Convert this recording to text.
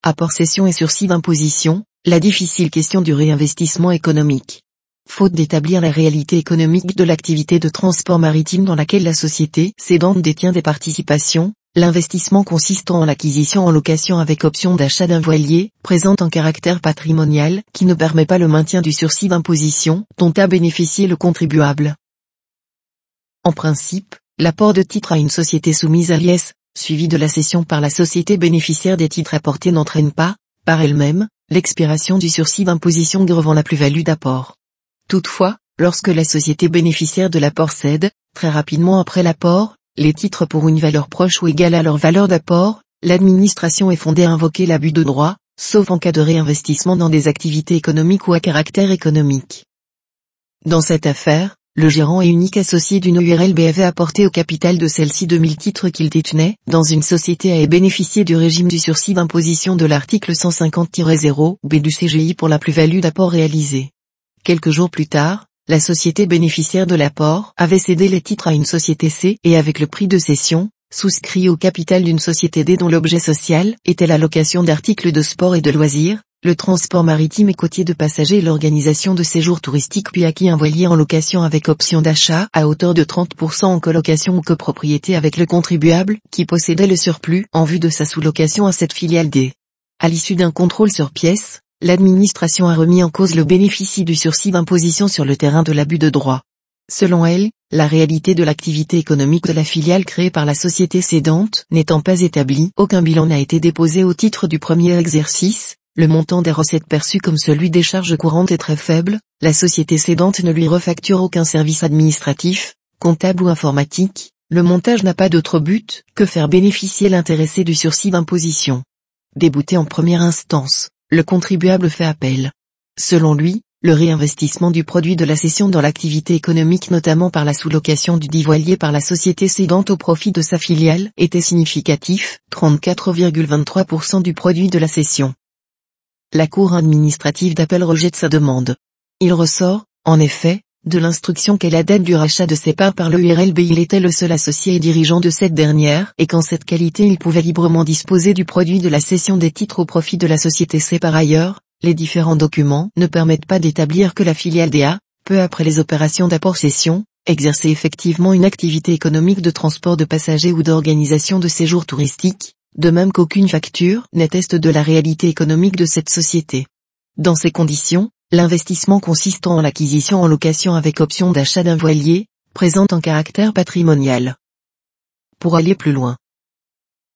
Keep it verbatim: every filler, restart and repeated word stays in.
Apport cession et sursis d'imposition, la difficile question du réinvestissement économique. Faute d'établir la réalité économique de l'activité de transport maritime dans laquelle la société cédante détient des participations, l'investissement consistant en l'acquisition en location avec option d'achat d'un voilier, présente un caractère patrimonial qui ne permet pas le maintien du sursis d'imposition dont a bénéficié le contribuable. En principe, l'apport de titres à une société soumise à l'I S, suivi de la cession par la société bénéficiaire des titres apportés n'entraîne pas, par elle-même, l'expiration du sursis d'imposition grevant la plus-value d'apport. Toutefois, lorsque la société bénéficiaire de l'apport cède, très rapidement après l'apport, les titres pour une valeur proche ou égale à leur valeur d'apport, l'administration est fondée à invoquer l'abus de droit, sauf en cas de réinvestissement dans des activités économiques ou à caractère économique. Dans cette affaire, le gérant et unique associé d'une U R L B avait apporté au capital de celle-ci deux mille titres qu'il détenait dans une société à bénéficier du régime du sursis d'imposition de l'article cent cinquante tiret zéro B du C G I pour la plus-value d'apport réalisée. Quelques jours plus tard, la société bénéficiaire de l'apport avait cédé les titres à une société C et avec le prix de cession, souscrit au capital d'une société D dont l'objet social était la location d'articles de sport et de loisirs, le transport maritime et côtier de passagers et l'organisation de séjours touristiques puis acquis un voilier en location avec option d'achat à hauteur de trente pour cent en colocation ou copropriété avec le contribuable qui possédait le surplus en vue de sa sous-location à cette filiale D. À l'issue d'un contrôle sur pièces, l'administration a remis en cause le bénéfice du sursis d'imposition sur le terrain de l'abus de droit. Selon elle, la réalité de l'activité économique de la filiale créée par la société cédante n'étant pas établie, aucun bilan n'a été déposé au titre du premier exercice, le montant des recettes perçues comme celui des charges courantes est très faible, la société cédante ne lui refacture aucun service administratif, comptable ou informatique, le montage n'a pas d'autre but que faire bénéficier l'intéressé du sursis d'imposition. Débouté en première instance, le contribuable fait appel. Selon lui, le réinvestissement du produit de la cession dans l'activité économique notamment par la sous-location du dit voilier par la société cédante au profit de sa filiale était significatif, trente-quatre virgule vingt-trois pour cent du produit de la cession. La Cour administrative d'appel rejette sa demande. Il ressort, en effet, de l'instruction qu'à la date du rachat de ses parts par le U R L B il était le seul associé et dirigeant de cette dernière et qu'en cette qualité il pouvait librement disposer du produit de la cession des titres au profit de la société C. Par ailleurs, les différents documents ne permettent pas d'établir que la filiale D A, peu après les opérations d'apport-cession, exerçait effectivement une activité économique de transport de passagers ou d'organisation de séjours touristiques, de même qu'aucune facture n'atteste de la réalité économique de cette société. Dans ces conditions, l'investissement consistant en l'acquisition en location avec option d'achat d'un voilier, présente un caractère patrimonial. Pour aller plus loin,